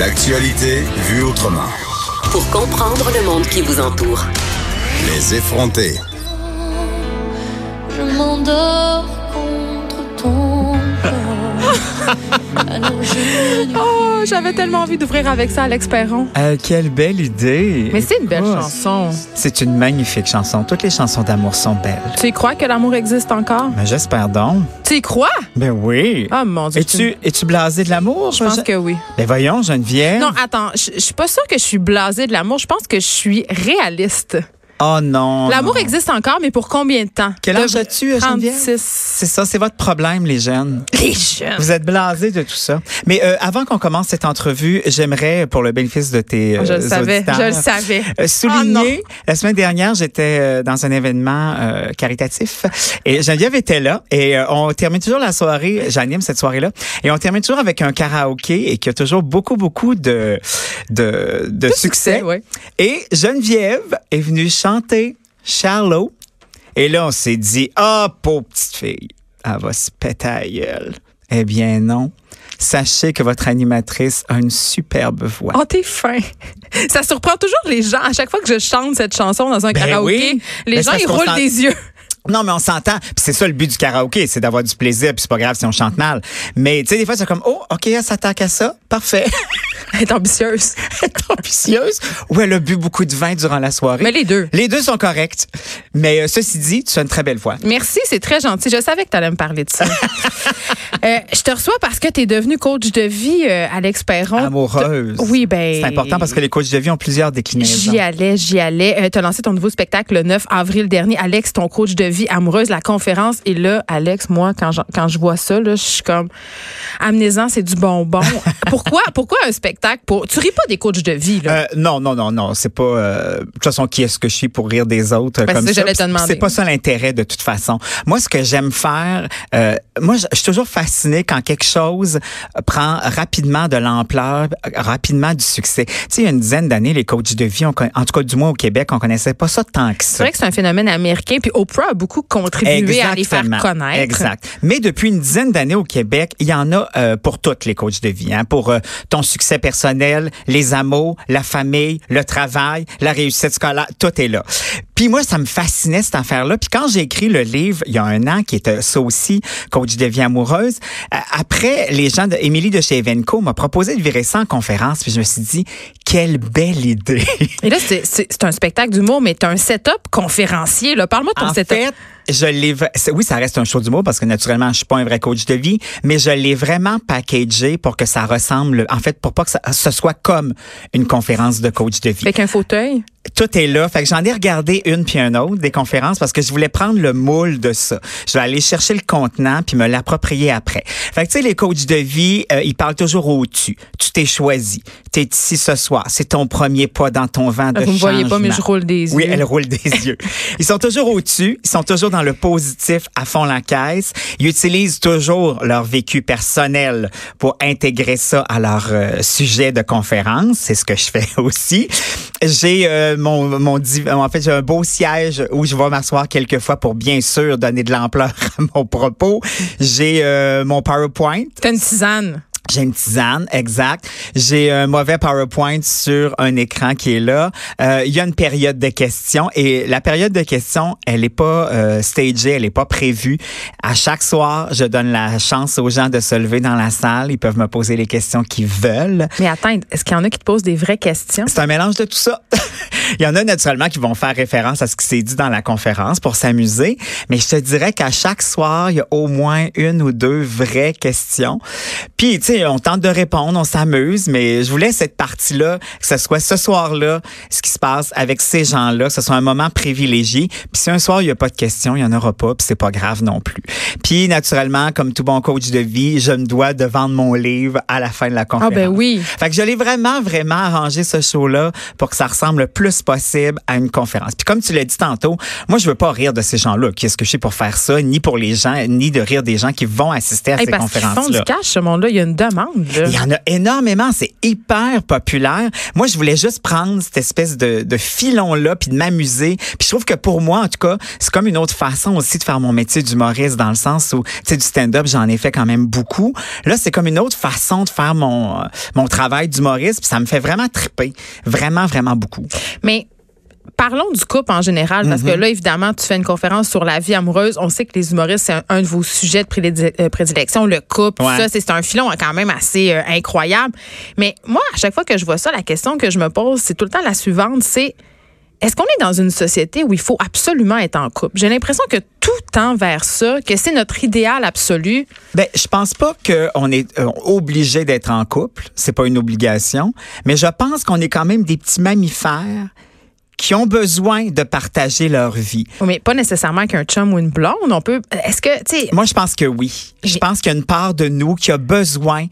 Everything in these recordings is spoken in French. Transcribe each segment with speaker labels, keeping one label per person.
Speaker 1: L'actualité vue autrement.
Speaker 2: Pour comprendre le monde qui vous entoure.
Speaker 1: Les effrontés.
Speaker 3: Je m'endors contre ton corps.
Speaker 4: Oh, j'avais tellement envie d'ouvrir avec ça, Alex Perron.
Speaker 5: Quelle belle idée.
Speaker 4: Mais c'est une belle chanson.
Speaker 5: C'est une magnifique chanson. Toutes les chansons d'amour sont belles.
Speaker 4: Tu y crois que l'amour existe encore?
Speaker 5: Mais j'espère donc.
Speaker 4: Tu y crois?
Speaker 5: Ben oui.
Speaker 4: Oh mon Dieu.
Speaker 5: Es-tu blasé de l'amour?
Speaker 4: Je pense que oui.
Speaker 5: Ben voyons, Geneviève.
Speaker 4: Non, attends, je suis pas sûre que je suis blasée de l'amour. Je pense que je suis réaliste.
Speaker 5: Oh non.
Speaker 4: L'amour
Speaker 5: non.
Speaker 4: existe encore, mais pour combien de temps?
Speaker 5: Quel âge as-tu, Geneviève?
Speaker 4: 36.
Speaker 5: C'est ça, c'est votre problème, les jeunes.
Speaker 4: Les jeunes.
Speaker 5: Vous êtes blasés de tout ça. Mais avant qu'on commence cette entrevue, j'aimerais, pour le bénéfice de tes
Speaker 4: je le savais,
Speaker 5: auditeurs,
Speaker 4: je le savais.
Speaker 5: Souligner, la semaine dernière, j'étais dans un événement caritatif et Geneviève était là et on termine toujours la soirée, j'anime cette soirée-là, et on termine toujours avec un karaoké et qui a toujours beaucoup de succès.
Speaker 4: Ouais.
Speaker 5: Et Geneviève est venue chanter Shallow. Et là, on s'est dit, pauvre petite fille, elle va se péter à la gueule. Eh bien non. Sachez que votre animatrice a une superbe voix.
Speaker 4: Oh, t'es fin. Ça surprend toujours les gens. À chaque fois que je chante cette chanson dans un karaoké,
Speaker 5: oui.
Speaker 4: Les gens, ils roulent des yeux.
Speaker 5: Non, mais on s'entend. Puis c'est ça le but du karaoké, c'est d'avoir du plaisir. Puis c'est pas grave si on chante mal. Mais tu sais, des fois, c'est comme, OK, elle s'attaque à ça. Parfait.
Speaker 4: Elle est ambitieuse.
Speaker 5: Elle est ambitieuse. Ou elle a bu beaucoup de vin durant la soirée.
Speaker 4: Mais les deux.
Speaker 5: Les deux sont corrects. Mais ceci dit, tu as une très belle voix.
Speaker 4: Merci, c'est très gentil. Je savais que tu allais me parler de ça. Je te reçois parce que tu es devenue coach de vie, Alex Perron.
Speaker 5: Amoureuse.
Speaker 4: Oui, ben.
Speaker 5: C'est important parce que les coachs de vie ont plusieurs déclinaisons.
Speaker 4: J'y allais. Tu as lancé ton nouveau spectacle le 9 avril dernier. Alex, ton coach de vie amoureuse, la conférence. Et là, Alex, moi, quand je vois ça, là, je suis comme, amenez-en, c'est du bonbon. Pourquoi un spectacle tu ris pas des coachs de vie, là?
Speaker 5: Non. C'est pas, de toute façon, qui est-ce que je suis pour rire des autres comme ça?
Speaker 4: J'allais te demander.
Speaker 5: C'est pas ça l'intérêt de toute façon. Moi, ce que j'aime faire, je suis toujours fascinée quand quelque chose prend rapidement de l'ampleur, rapidement du succès. Tu sais, il y a une dizaine d'années, les coachs de vie, en tout cas du moins au Québec, on connaissait pas ça tant que ça.
Speaker 4: C'est vrai que c'est un phénomène américain, puis Oprah a beaucoup contribué à les faire connaître.
Speaker 5: Exact. Mais depuis une dizaine d'années au Québec, il y en a pour toutes les coachs de vie, hein, pour ton succès personnel, les amours, la famille, le travail, la réussite scolaire, tout est là. Puis moi, ça me fascinait cette affaire-là. Puis quand j'ai écrit le livre, il y a un an, qui était ça aussi, coach de vie amoureuse, après, les gens de Émilie de chez Evenco m'ont proposé de virer ça en conférence. Puis je me suis dit, quelle belle idée.
Speaker 4: Et là, c'est un spectacle d'humour, mais t'as un setup conférencier, là. Parle-moi de ton setup.
Speaker 5: Oui, ça reste un show d'humour parce que naturellement, je suis pas un vrai coach de vie, mais je l'ai vraiment packagé pour que ça ressemble, en fait, pour pas que ce soit comme une conférence de coach de vie.
Speaker 4: Avec un fauteuil?
Speaker 5: Tout est là. Fait que j'en ai regardé une puis une autre des conférences parce que je voulais prendre le moule de ça. Je vais aller chercher le contenant puis me l'approprier après. Fait que tu sais, les coachs de vie, ils parlent toujours au-dessus. Tu t'es choisi. T'es ici ce soir. C'est ton premier pas dans ton vent de changement. Vous me voyez pas, mais
Speaker 4: je roule des yeux.
Speaker 5: Oui, elle roule des yeux. Ils sont toujours au-dessus. Ils sont toujours dans le positif à fond la caisse. Ils utilisent toujours leur vécu personnel pour intégrer ça à leur sujet de conférence. C'est ce que je fais aussi. J'ai j'ai un beau siège où je vais m'asseoir quelques fois pour bien sûr donner de l'ampleur à mon propos. J'ai mon PowerPoint.
Speaker 4: T'as une tisane.
Speaker 5: J'ai une tisane, exact. J'ai un mauvais PowerPoint sur un écran qui est là. Il y a une période de questions et la période de questions, elle est pas stagée, elle est pas prévue. À chaque soir, je donne la chance aux gens de se lever dans la salle. Ils peuvent me poser les questions qu'ils veulent.
Speaker 4: Mais attends, est-ce qu'il y en a qui te posent des vraies questions?
Speaker 5: C'est un mélange de tout ça. Il y en a naturellement qui vont faire référence à ce qui s'est dit dans la conférence pour s'amuser. Mais je te dirais qu'à chaque soir, il y a au moins une ou deux vraies questions. Puis, tu sais, on tente de répondre, on s'amuse, mais je voulais cette partie-là, que ce soit ce soir-là, ce qui se passe avec ces gens-là, que ce soit un moment privilégié. Puis si un soir, il n'y a pas de questions, il n'y en aura pas, puis c'est pas grave non plus. Puis naturellement, comme tout bon coach de vie, je me dois de vendre mon livre à la fin de la conférence.
Speaker 4: Ah ben oui.
Speaker 5: Fait que je l'ai vraiment arrangé ce show-là pour que ça ressemble le plus plus possible à une conférence. Puis comme tu l'as dit tantôt, moi, je veux pas rire de ces gens-là. Qu'est-ce que je sais pour faire ça, ni pour les gens, ni de rire des gens qui vont assister à ces conférences-là.
Speaker 4: Parce qu'ils font du cash, ce monde-là. Il y a une demande. Là.
Speaker 5: Il y en a énormément. C'est hyper populaire. Moi, je voulais juste prendre cette espèce de filon-là puis de m'amuser. Puis je trouve que pour moi, en tout cas, c'est comme une autre façon aussi de faire mon métier d'humoriste dans le sens où, tu sais, du stand-up, j'en ai fait quand même beaucoup. Là, c'est comme une autre façon de faire mon travail d'humoriste. Puis ça me fait vraiment triper. Vraiment, vraiment beaucoup.
Speaker 4: Mais parlons du couple en général, parce que là, évidemment, tu fais une conférence sur la vie amoureuse. On sait que les humoristes, c'est un de vos sujets de prédilection, le couple.
Speaker 5: Ouais.
Speaker 4: Ça, c'est un filon quand même assez incroyable. Mais moi, à chaque fois que je vois ça, la question que je me pose, c'est tout le temps la suivante, c'est est-ce qu'on est dans une société où il faut absolument être en couple? J'ai l'impression que tout tend vers ça, que c'est notre idéal absolu.
Speaker 5: Ben, je pense pas qu'on est obligé d'être en couple. C'est pas une obligation. Mais je pense qu'on est quand même des petits mammifères qui ont besoin de partager leur vie.
Speaker 4: Mais pas nécessairement qu'un chum ou une blonde. On peut. Est-ce que, tu sais.
Speaker 5: Moi, je pense que oui. Je pense qu'il y a une part de nous qui a besoin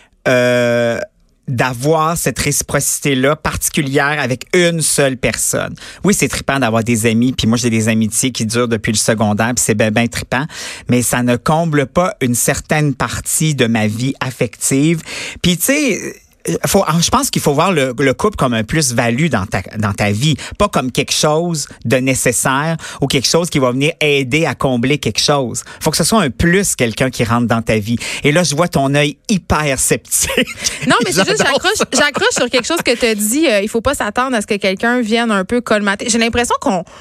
Speaker 5: d'avoir cette réciprocité-là particulière avec une seule personne. Oui, c'est trippant d'avoir des amis, puis moi, j'ai des amitiés qui durent depuis le secondaire, puis c'est bien trippant, mais ça ne comble pas une certaine partie de ma vie affective. Puis, tu sais, je pense qu'il faut voir le couple comme un plus-value dans ta vie, pas comme quelque chose de nécessaire ou quelque chose qui va venir aider à combler quelque chose. Faut que ce soit un plus, quelqu'un qui rentre dans ta vie. Et là, je vois ton œil hyper sceptique.
Speaker 4: Non, mais c'est juste, j'accroche sur quelque chose que tu as dit. Il faut pas s'attendre à ce que quelqu'un vienne un peu colmater. J'ai l'impression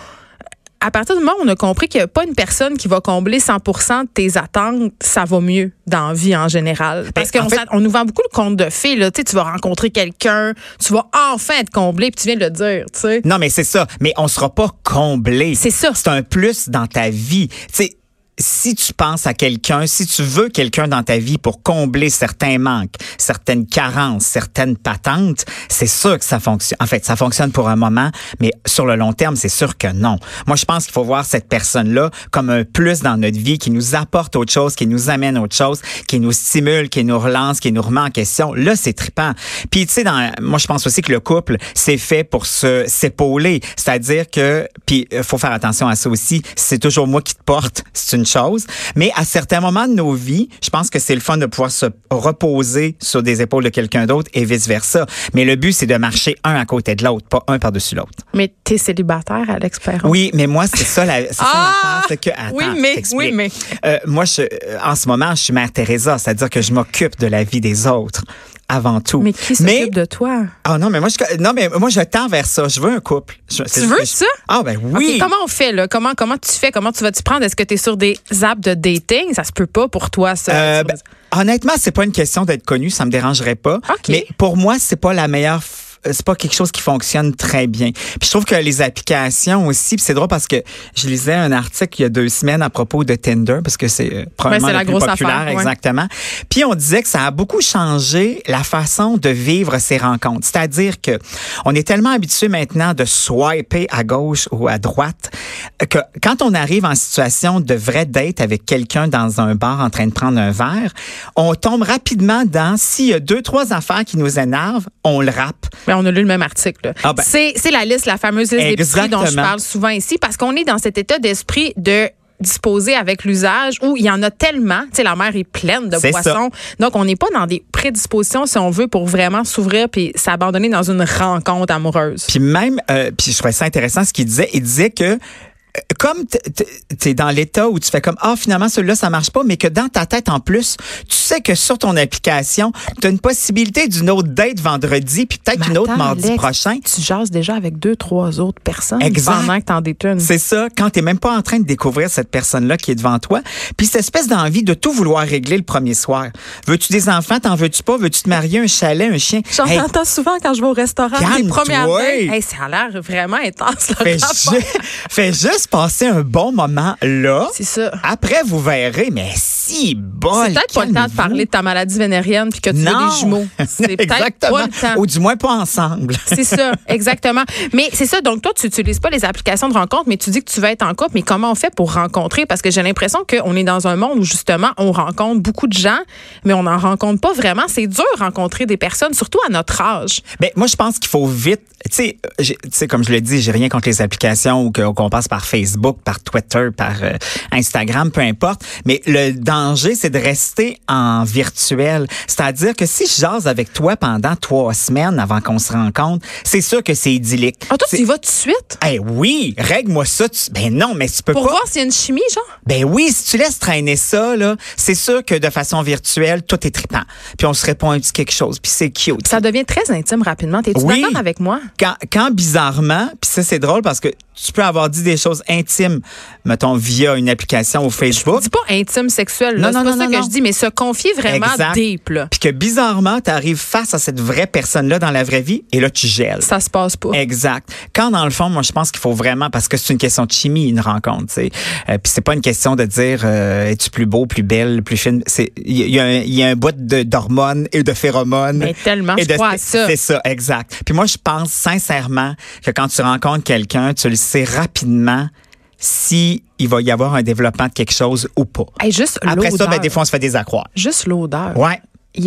Speaker 4: à partir du moment où on a compris qu'il n'y a pas une personne qui va combler 100% de tes attentes, ça va mieux dans la vie en général. Parce qu'on nous vend beaucoup le conte de fées. Là. Tu vas rencontrer quelqu'un, tu vas enfin être comblé, puis tu viens de le dire. T'sais.
Speaker 5: Non, mais c'est ça. Mais on sera pas comblé.
Speaker 4: C'est ça.
Speaker 5: C'est un plus dans ta vie. Tu sais, si tu penses à quelqu'un, si tu veux quelqu'un dans ta vie pour combler certains manques, certaines carences, certaines patentes, c'est sûr que ça fonctionne. En fait, ça fonctionne pour un moment, mais sur le long terme, c'est sûr que non. Moi, je pense qu'il faut voir cette personne-là comme un plus dans notre vie qui nous apporte autre chose, qui nous amène autre chose, qui nous stimule, qui nous relance, qui nous remet en question. Là, c'est trippant. Puis, tu sais, moi, je pense aussi que le couple, c'est fait pour s'épauler. C'est-à-dire que, puis, faut faire attention à ça aussi. C'est toujours moi qui te porte. C'est une chose. Mais à certains moments de nos vies, je pense que c'est le fun de pouvoir se reposer sur des épaules de quelqu'un d'autre et vice-versa. Mais le but, c'est de marcher un à côté de l'autre, pas un par-dessus l'autre.
Speaker 4: Mais t'es célibataire, Alex Perron.
Speaker 5: Oui, mais moi, c'est ça l'affaire. Attends,
Speaker 4: oui, mais.
Speaker 5: Moi, en ce moment, je suis Mère Teresa, c'est-à-dire que je m'occupe de la vie des autres. Avant tout.
Speaker 4: Mais qui s'occupe de toi?
Speaker 5: Ah non, mais moi, je tends vers ça. Je veux un couple.
Speaker 4: Tu veux ça?
Speaker 5: Ah ben oui.
Speaker 4: Okay, comment on fait, là? Comment tu fais? Comment tu vas t'y prendre? Est-ce que tu es sur des apps de dating? Ça se peut pas pour toi, ça.
Speaker 5: Honnêtement, c'est pas une question d'être connu. Ça me dérangerait pas.
Speaker 4: Okay.
Speaker 5: Mais pour moi, c'est pas la meilleure c'est pas quelque chose qui fonctionne très bien. Puis je trouve que les applications aussi, puis c'est drôle parce que je lisais un article il y a 2 semaines à propos de Tinder, parce que c'est probablement le plus populaire, affaire, exactement. Puis on disait que ça a beaucoup changé la façon de vivre ces rencontres. C'est-à-dire que on est tellement habitué maintenant de swiper à gauche ou à droite que quand on arrive en situation de vraie date avec quelqu'un dans un bar en train de prendre un verre, on tombe rapidement dans, s'il y a 2-3 affaires qui nous énervent, on le rappe.
Speaker 4: Ben, on a lu le même article. Là. C'est la liste, la fameuse liste des prix dont je parle souvent ici, parce qu'on est dans cet état d'esprit de disposer avec l'usage où il y en a tellement. Tu sais, la mer est pleine de poissons. Ça. Donc, on n'est pas dans des prédispositions, si on veut, pour vraiment s'ouvrir puis s'abandonner dans une rencontre amoureuse.
Speaker 5: Puis même, puis je trouvais ça intéressant ce qu'il disait. Il disait que comme t'es dans l'état où tu fais comme finalement celui-là ça marche pas, mais que dans ta tête en plus tu sais que sur ton application t'as une possibilité d'une autre date vendredi puis peut-être une autre mardi
Speaker 4: Alex,
Speaker 5: prochain.
Speaker 4: Tu jases déjà avec 2-3 autres personnes pendant que t'en détournes.
Speaker 5: C'est ça, quand t'es même pas en train de découvrir cette personne-là qui est devant toi, puis cette espèce d'envie de tout vouloir régler le premier soir. Veux-tu des enfants, t'en veux-tu pas, veux-tu te marier, un chalet, un chien?
Speaker 4: J'en entends souvent quand je vais au restaurant les premières dates. Ça a l'air vraiment intense.
Speaker 5: Fais juste juste passer un bon moment là.
Speaker 4: C'est ça.
Speaker 5: Après, vous verrez, mais si bol.
Speaker 4: C'est peut-être pas le temps de parler de ta maladie vénérienne puis que tu veux des jumeaux. C'est peut-être
Speaker 5: Exactement.
Speaker 4: pas le temps.
Speaker 5: Ou du moins pas ensemble.
Speaker 4: C'est ça, exactement. Mais c'est ça, donc toi, tu n'utilises pas les applications de rencontre, mais tu dis que tu veux être en couple, mais comment on fait pour rencontrer? Parce que j'ai l'impression qu'on est dans un monde où, justement, on rencontre beaucoup de gens, mais on n'en rencontre pas vraiment. C'est dur de rencontrer des personnes, surtout à notre âge.
Speaker 5: Ben, moi, je pense qu'il faut vite, tu sais, comme je le dis, j'ai rien contre les applications ou qu'on passe par Facebook, par Twitter, par Instagram, peu importe. Mais le danger, c'est de rester en virtuel. C'est-à-dire que si je jase avec toi pendant 3 semaines avant qu'on se rencontre, c'est sûr que c'est idyllique.
Speaker 4: Ah, toi, tu y vas tout de suite?
Speaker 5: Eh oui, règle-moi ça. Ben non, mais tu peux
Speaker 4: Pour
Speaker 5: pas.
Speaker 4: voir s'il y a une chimie, genre?
Speaker 5: Ben oui, si tu laisses traîner ça, là, c'est sûr que de façon virtuelle, tout est trippant. Puis on se répond un petit quelque chose, puis c'est cute.
Speaker 4: Ça devient très intime rapidement. T'es-tu
Speaker 5: Oui.
Speaker 4: d'accord avec moi?
Speaker 5: Quand bizarrement, puis ça c'est drôle parce que tu peux avoir dit des choses intimes, mettons via une application ou Facebook.
Speaker 4: Je dis pas intime sexuel,
Speaker 5: Non,
Speaker 4: là.
Speaker 5: non,
Speaker 4: C'est pas
Speaker 5: non,
Speaker 4: ça
Speaker 5: non,
Speaker 4: que
Speaker 5: non.
Speaker 4: je dis, mais se confier vraiment
Speaker 5: Exact.
Speaker 4: deep, là.
Speaker 5: Puis que bizarrement, tu arrives face à cette vraie personne-là dans la vraie vie et là tu gèles.
Speaker 4: Ça se passe pas.
Speaker 5: Exact. Quand dans le fond, moi je pense qu'il faut vraiment, parce que c'est une question de chimie, une rencontre, tu sais. Puis c'est pas une question de dire es-tu plus beau, plus belle, plus fine. Il y a un bout d'hormones et de phéromones.
Speaker 4: Mais tellement,
Speaker 5: et
Speaker 4: je crois à ça.
Speaker 5: C'est ça, exact. Puis moi je pense sincèrement que quand tu rencontres quelqu'un, tu le sais rapidement si il va y avoir un développement de quelque chose ou pas.
Speaker 4: Hey, juste
Speaker 5: Après ça,
Speaker 4: l'odeur.
Speaker 5: ben des fois on se fait des accroires.
Speaker 4: Juste l'odeur.
Speaker 5: Ouais.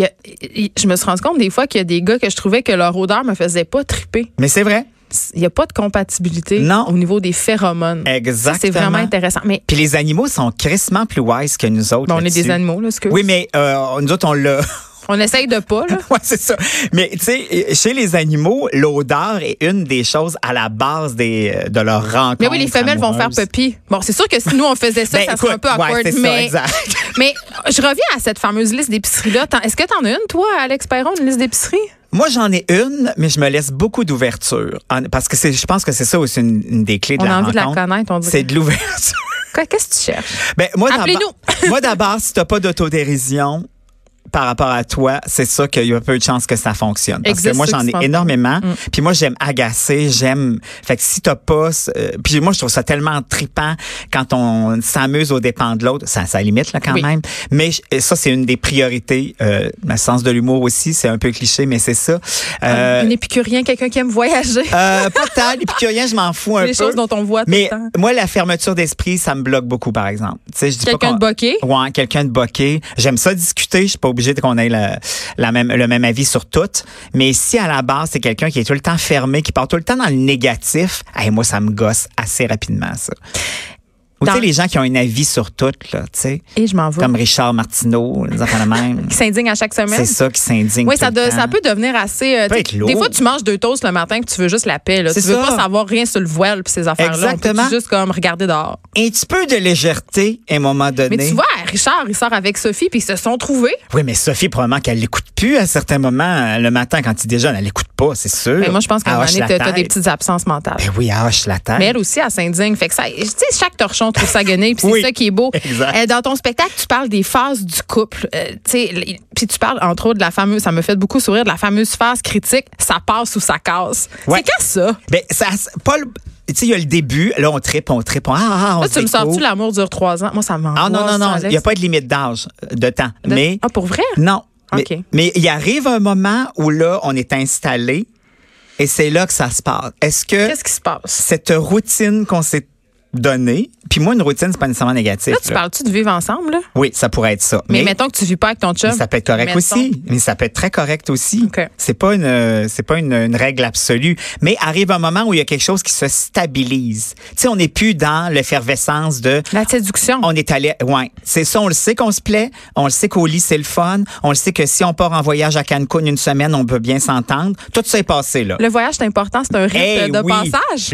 Speaker 4: Je me suis rendu compte des fois qu'il y a des gars que je trouvais que leur odeur me faisait pas triper.
Speaker 5: Mais c'est vrai.
Speaker 4: Il n'y a pas de compatibilité
Speaker 5: Non.
Speaker 4: au niveau des phéromones.
Speaker 5: Exactement.
Speaker 4: Ça, c'est vraiment intéressant. Mais
Speaker 5: Puis les animaux sont crissement plus wise que nous autres.
Speaker 4: bon, on est
Speaker 5: là-dessus.
Speaker 4: des animaux, là, ce que
Speaker 5: Oui, mais nous autres, on l'a.
Speaker 4: on essaye de pas, là.
Speaker 5: Ouais, c'est ça. Mais tu sais, chez les animaux, l'odeur est une des choses à la base de leur rencontre.
Speaker 4: Mais oui, les femelles vont faire
Speaker 5: amoureuse.
Speaker 4: puppy. Bon, c'est sûr que si nous, on faisait ça,
Speaker 5: Ben,
Speaker 4: ça serait un
Speaker 5: écoute,
Speaker 4: peu awkward.
Speaker 5: ouais, c'est ça,
Speaker 4: mais,
Speaker 5: exact.
Speaker 4: mais je reviens à cette fameuse liste d'épicerie-là. Est-ce que tu en as une, toi, Alex Perron, une liste d'épicerie?
Speaker 5: Moi, j'en ai une, mais je me laisse beaucoup d'ouverture. Parce que je pense que c'est ça aussi une des clés de
Speaker 4: On
Speaker 5: la
Speaker 4: a envie de la
Speaker 5: rencontre.
Speaker 4: connaître, on dirait.
Speaker 5: C'est de l'ouverture.
Speaker 4: Qu'est-ce que tu cherches?
Speaker 5: Ben,
Speaker 4: Appelez-nous.
Speaker 5: moi, d'abord, si t'as pas d'autodérision par rapport à toi, c'est ça qu'il y a peu de chances que ça fonctionne. Parce
Speaker 4: Existe
Speaker 5: que moi,
Speaker 4: ceux
Speaker 5: j'en
Speaker 4: qui se
Speaker 5: ai
Speaker 4: font
Speaker 5: énormément. Puis moi, j'aime agacer, fait que si t'as pas... puis moi, je trouve ça tellement trippant quand on s'amuse aux dépens de l'autre. Ça limite, là, quand
Speaker 4: Oui.
Speaker 5: même. Mais ça, c'est une des priorités. Ma sens de l'humour aussi, c'est un peu cliché, mais c'est ça.
Speaker 4: Un épicurien, quelqu'un qui aime voyager.
Speaker 5: Pas tant. L'épicurien, je m'en fous un
Speaker 4: Les
Speaker 5: peu.
Speaker 4: choses dont on voit tout
Speaker 5: Mais
Speaker 4: le temps.
Speaker 5: moi, la fermeture d'esprit, ça me bloque beaucoup, par exemple. Tu sais, je dis pas
Speaker 4: Quelqu'un
Speaker 5: qu'on-
Speaker 4: de boqué?
Speaker 5: Ouais, quelqu'un de boqué. J'aime ça discuter. Je suis pas obligée qu'on ait le même avis sur tout. Mais si à la base, c'est quelqu'un qui est tout le temps fermé, qui part tout le temps dans le négatif, moi, ça me gosse assez rapidement, ça. Ou tu sais, les gens qui ont un avis sur tout, là, tu sais.
Speaker 4: Et je m'en vais.
Speaker 5: Comme Richard Martineau, les enfants de même.
Speaker 4: Qui s'indigne à chaque semaine.
Speaker 5: C'est ça qui s'indigne.
Speaker 4: Oui,
Speaker 5: tout
Speaker 4: ça
Speaker 5: le temps.
Speaker 4: peut devenir assez.
Speaker 5: peut
Speaker 4: t'sais,
Speaker 5: être lourd.
Speaker 4: des fois, tu manges 2 toasts le matin et tu veux juste la paix. Là.
Speaker 5: C'est
Speaker 4: Tu veux
Speaker 5: ça.
Speaker 4: pas savoir rien sur le voile puis ces affaires-là.
Speaker 5: Exactement.
Speaker 4: On peut juste comme regarder dehors.
Speaker 5: Un petit peu de légèreté à un moment donné.
Speaker 4: Mais tu vois, Richard, il sort avec Sophie puis ils se sont trouvés.
Speaker 5: Oui, mais Sophie, probablement qu'elle l'écoute plus à certains moments. Le matin, quand il déjeune, elle l'écoute pas, c'est sûr.
Speaker 4: Mais moi, je pense qu'à un moment
Speaker 5: Elle
Speaker 4: donné,
Speaker 5: hoche la
Speaker 4: t'as des
Speaker 5: tête.
Speaker 4: petites absences mentales.
Speaker 5: Ben oui, elle hoche la tête.
Speaker 4: Mais elle aussi, elle s'indigne. Fait que ça, tu sais, chaque torchon trouve sa guenille, puis
Speaker 5: Oui,
Speaker 4: c'est ça qui est beau.
Speaker 5: exact.
Speaker 4: Dans ton spectacle, tu parles des phases du couple. Tu sais, puis tu parles, entre autres, de la fameuse, ça me fait beaucoup sourire, de la fameuse phase critique, ça passe ou ça casse.
Speaker 5: Ouais.
Speaker 4: C'est quand ça?
Speaker 5: Ben, ça, pas le- tu sais, il y a le début, là, on trippe. On
Speaker 4: Là,
Speaker 5: se
Speaker 4: tu me sors-tu
Speaker 5: découvre.
Speaker 4: l'amour dure 3 ans? Moi, ça m'envoie.
Speaker 5: Ah non, il n'y a pas de limite d'âge, de temps. Mais,
Speaker 4: Ah, pour vrai?
Speaker 5: non.
Speaker 4: OK.
Speaker 5: Mais il arrive un moment où là, on est installé et c'est là que ça se passe. Est-ce que
Speaker 4: Qu'est-ce qui se passe?
Speaker 5: cette routine qu'on s'est donnée, puis moi, une routine, c'est pas nécessairement négatif.
Speaker 4: Là, tu parles-tu de vivre ensemble, là?
Speaker 5: Oui, ça pourrait être ça.
Speaker 4: Mais mettons que tu vis pas avec ton chum.
Speaker 5: Mais ça peut être correct
Speaker 4: mettons.
Speaker 5: aussi. Mais ça peut être très correct aussi.
Speaker 4: OK.
Speaker 5: C'est pas une règle absolue. Mais arrive un moment où il y a quelque chose qui se stabilise. Tu sais, on n'est plus dans l'effervescence de.
Speaker 4: La séduction.
Speaker 5: On est allé, ouais. C'est ça, on le sait qu'on se plaît. On le sait qu'au lit, c'est le fun. On le sait que si on part en voyage à Cancun une semaine, on peut bien s'entendre. Tout ça est passé, là.
Speaker 4: Le voyage, c'est important, c'est un rite
Speaker 5: Eh
Speaker 4: de
Speaker 5: oui.
Speaker 4: passage.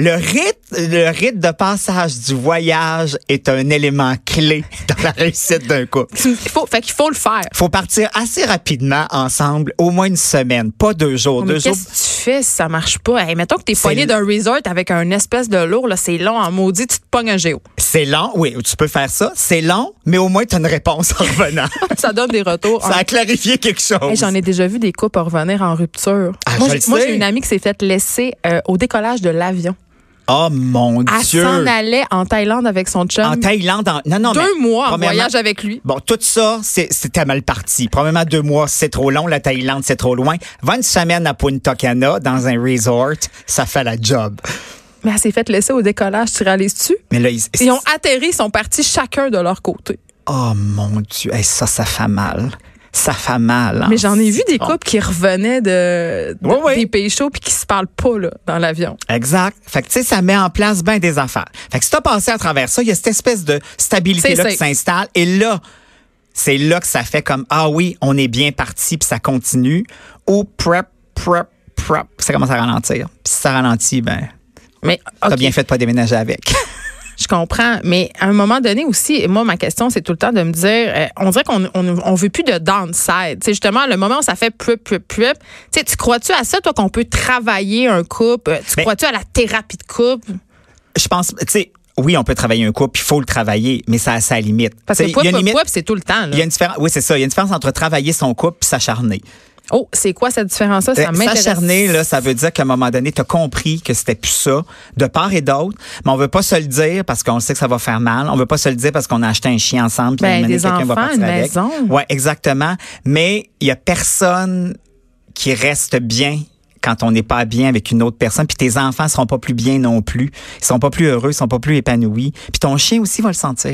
Speaker 5: Le rite de passage du voyage est un élément clé dans la réussite d'un couple.
Speaker 4: Fait qu'il faut le faire.
Speaker 5: Faut partir assez rapidement ensemble, au moins une semaine, pas 2 jours.
Speaker 4: Mais
Speaker 5: 2 jours.
Speaker 4: qu'est-ce que tu fais si ça marche pas? Hey, mettons que t'es
Speaker 5: C'est
Speaker 4: poigné
Speaker 5: l-
Speaker 4: d'un resort avec un espèce de lourd, là, c'est long en maudit, tu te pognes un géo.
Speaker 5: C'est long, oui, tu peux faire ça. C'est long, mais au moins tu as une réponse en revenant.
Speaker 4: Ça donne des retours.
Speaker 5: Ça a clarifié quelque chose.
Speaker 4: Hey, j'en ai déjà vu des couples revenir en rupture.
Speaker 5: Ah,
Speaker 4: moi,
Speaker 5: je le
Speaker 4: moi,
Speaker 5: sais.
Speaker 4: j'ai une amie qui s'est faite laisser au décollage de l'avion.
Speaker 5: Oh mon
Speaker 4: Elle
Speaker 5: Dieu.
Speaker 4: s'en allait en Thaïlande avec son chum.
Speaker 5: En Thaïlande, non,
Speaker 4: 2 mois en
Speaker 5: premièrement,
Speaker 4: voyage avec lui.
Speaker 5: Bon, tout ça, c'était mal parti. Premièrement, 2 mois, c'est trop long. La Thaïlande, c'est trop loin. 20 semaines à Punta Cana, dans un resort, ça fait la job.
Speaker 4: Mais elle s'est fait laisser au décollage, tu réalises-tu?
Speaker 5: Mais là,
Speaker 4: Ils ont atterri, ils sont partis chacun de leur côté.
Speaker 5: Oh mon Dieu, hey, ça fait mal. Ça fait mal. Hein?
Speaker 4: Mais j'en ai vu des couples qui revenaient
Speaker 5: Oui.
Speaker 4: des pays chauds puis qui se parlent pas là, dans l'avion.
Speaker 5: Exact. Fait que, tu sais, ça met en place bien des affaires. Fait que si t'as passé à travers ça, il y a cette espèce de stabilité-là qui s'installe. Et là, c'est là que ça fait comme, ah oui, on est bien parti puis ça continue. Ou prep, ça commence à ralentir. Puis si ça ralentit,
Speaker 4: Mais
Speaker 5: t'as
Speaker 4: OK,
Speaker 5: bien fait de pas déménager avec.
Speaker 4: je comprends. Mais à un moment donné aussi, moi, ma question, c'est tout le temps de me dire, on dirait qu'on veut plus de downside. C'est justement le moment où ça fait Tu sais, tu crois-tu à ça, toi, qu'on peut travailler un couple? Crois-tu à la thérapie de couple?
Speaker 5: Je pense, tu sais, oui, on peut travailler un couple, il faut le travailler, mais ça a sa limite.
Speaker 4: Parce
Speaker 5: T'sais,
Speaker 4: que
Speaker 5: il y a une limite.
Speaker 4: c'est tout le temps. Là.
Speaker 5: Il y a une différence. Oui, c'est ça. Il y a une différence entre travailler son couple et s'acharner.
Speaker 4: Oh, c'est quoi cette différence-là? Ça m'intéresse.
Speaker 5: S'acharner, là, ça veut dire qu'à un moment donné, tu as compris que c'était plus ça, de part et d'autre, mais on veut pas se le dire parce qu'on sait que ça va faire mal. On veut pas se le dire parce qu'on a acheté un chien ensemble. Puis
Speaker 4: Des
Speaker 5: quelqu'un va
Speaker 4: enfants,
Speaker 5: partir
Speaker 4: une
Speaker 5: avec.
Speaker 4: maison.
Speaker 5: Ouais, exactement. Mais il y a personne qui reste bien quand on n'est pas bien avec une autre personne. Puis tes enfants seront pas plus bien non plus. Ils seront pas plus heureux, ils seront pas plus épanouis. Puis ton chien aussi va le sentir.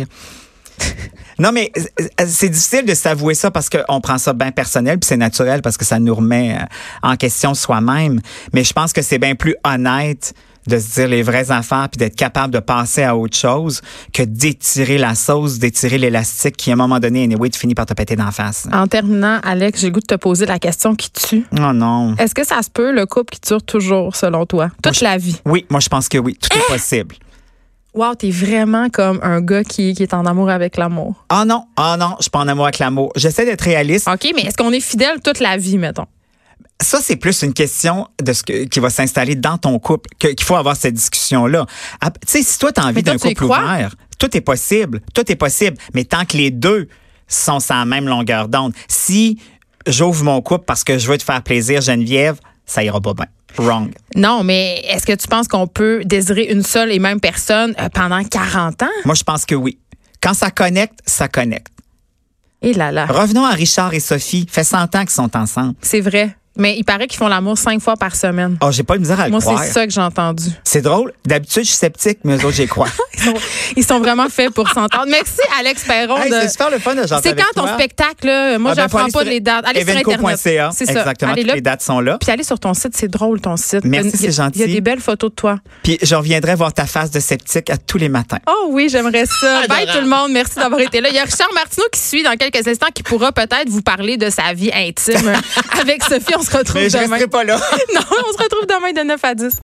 Speaker 5: Non, mais c'est difficile de s'avouer ça parce qu'on prend ça bien personnel, puis c'est naturel parce que ça nous remet en question soi-même. Mais je pense que c'est bien plus honnête de se dire les vraies affaires puis d'être capable de passer à autre chose que d'étirer la sauce, d'étirer l'élastique qui, à un moment donné, anyway, tu finis par te péter d'en face.
Speaker 4: En terminant, Alex, j'ai le goût de te poser la question qui tue.
Speaker 5: Oh non.
Speaker 4: Est-ce que ça se peut, le couple qui dure toujours, selon toi? Toute la vie?
Speaker 5: Oui, moi, je pense que oui. Tout est possible.
Speaker 4: Wow, t'es vraiment comme un gars qui est en amour avec l'amour.
Speaker 5: Ah non, je suis pas en amour avec l'amour. J'essaie d'être réaliste.
Speaker 4: OK, mais est-ce qu'on est fidèle toute la vie, mettons?
Speaker 5: Ça, c'est plus une question de qui va s'installer dans ton couple, qu'il faut avoir cette discussion-là. Tu sais, si toi, tu as envie d'un couple ouvert, tout est possible. Mais tant que les deux sont sur la même longueur d'onde. Si j'ouvre mon couple parce que je veux te faire plaisir, Geneviève, ça ira pas bien. Wrong.
Speaker 4: Non, mais est-ce que tu penses qu'on peut désirer une seule et même personne pendant 40 ans?
Speaker 5: Moi, je pense que oui. Quand ça connecte, ça connecte.
Speaker 4: Et là.
Speaker 5: Revenons à Richard et Sophie. Fait 100 ans qu'ils sont ensemble.
Speaker 4: C'est vrai. Mais il paraît qu'ils font l'amour 5 fois par semaine.
Speaker 5: Oh, j'ai pas de misère à le croire.
Speaker 4: Moi, c'est ça que j'ai entendu.
Speaker 5: C'est drôle. D'habitude, je suis sceptique, mais eux autres, j'y crois.
Speaker 4: Ils sont vraiment faits pour s'entendre. Merci, Alex Perron.
Speaker 5: Hey, c'est super le fun de janter
Speaker 4: C'est
Speaker 5: avec
Speaker 4: quand ton
Speaker 5: toi?
Speaker 4: spectacle? Là? Moi, j'apprends pas les dates. Allez sur Internet.
Speaker 5: Evenco.ca.
Speaker 4: C'est ça.
Speaker 5: Exactement,
Speaker 4: allez
Speaker 5: toutes
Speaker 4: là.
Speaker 5: les dates sont là.
Speaker 4: Puis allez sur ton site, c'est drôle ton site.
Speaker 5: Merci, c'est gentil.
Speaker 4: Il y a des belles photos de toi.
Speaker 5: Puis je reviendrai voir ta face de sceptique à tous les matins.
Speaker 4: Oh oui, j'aimerais ça. Bye tout le monde, merci d'avoir été là. Il y a Richard Martineau qui suit dans quelques instants qui pourra peut-être vous parler de sa vie intime avec Sophie. On se retrouve
Speaker 5: Mais je
Speaker 4: demain.
Speaker 5: resterai pas là.
Speaker 4: Non, on se retrouve demain de 9 à 10.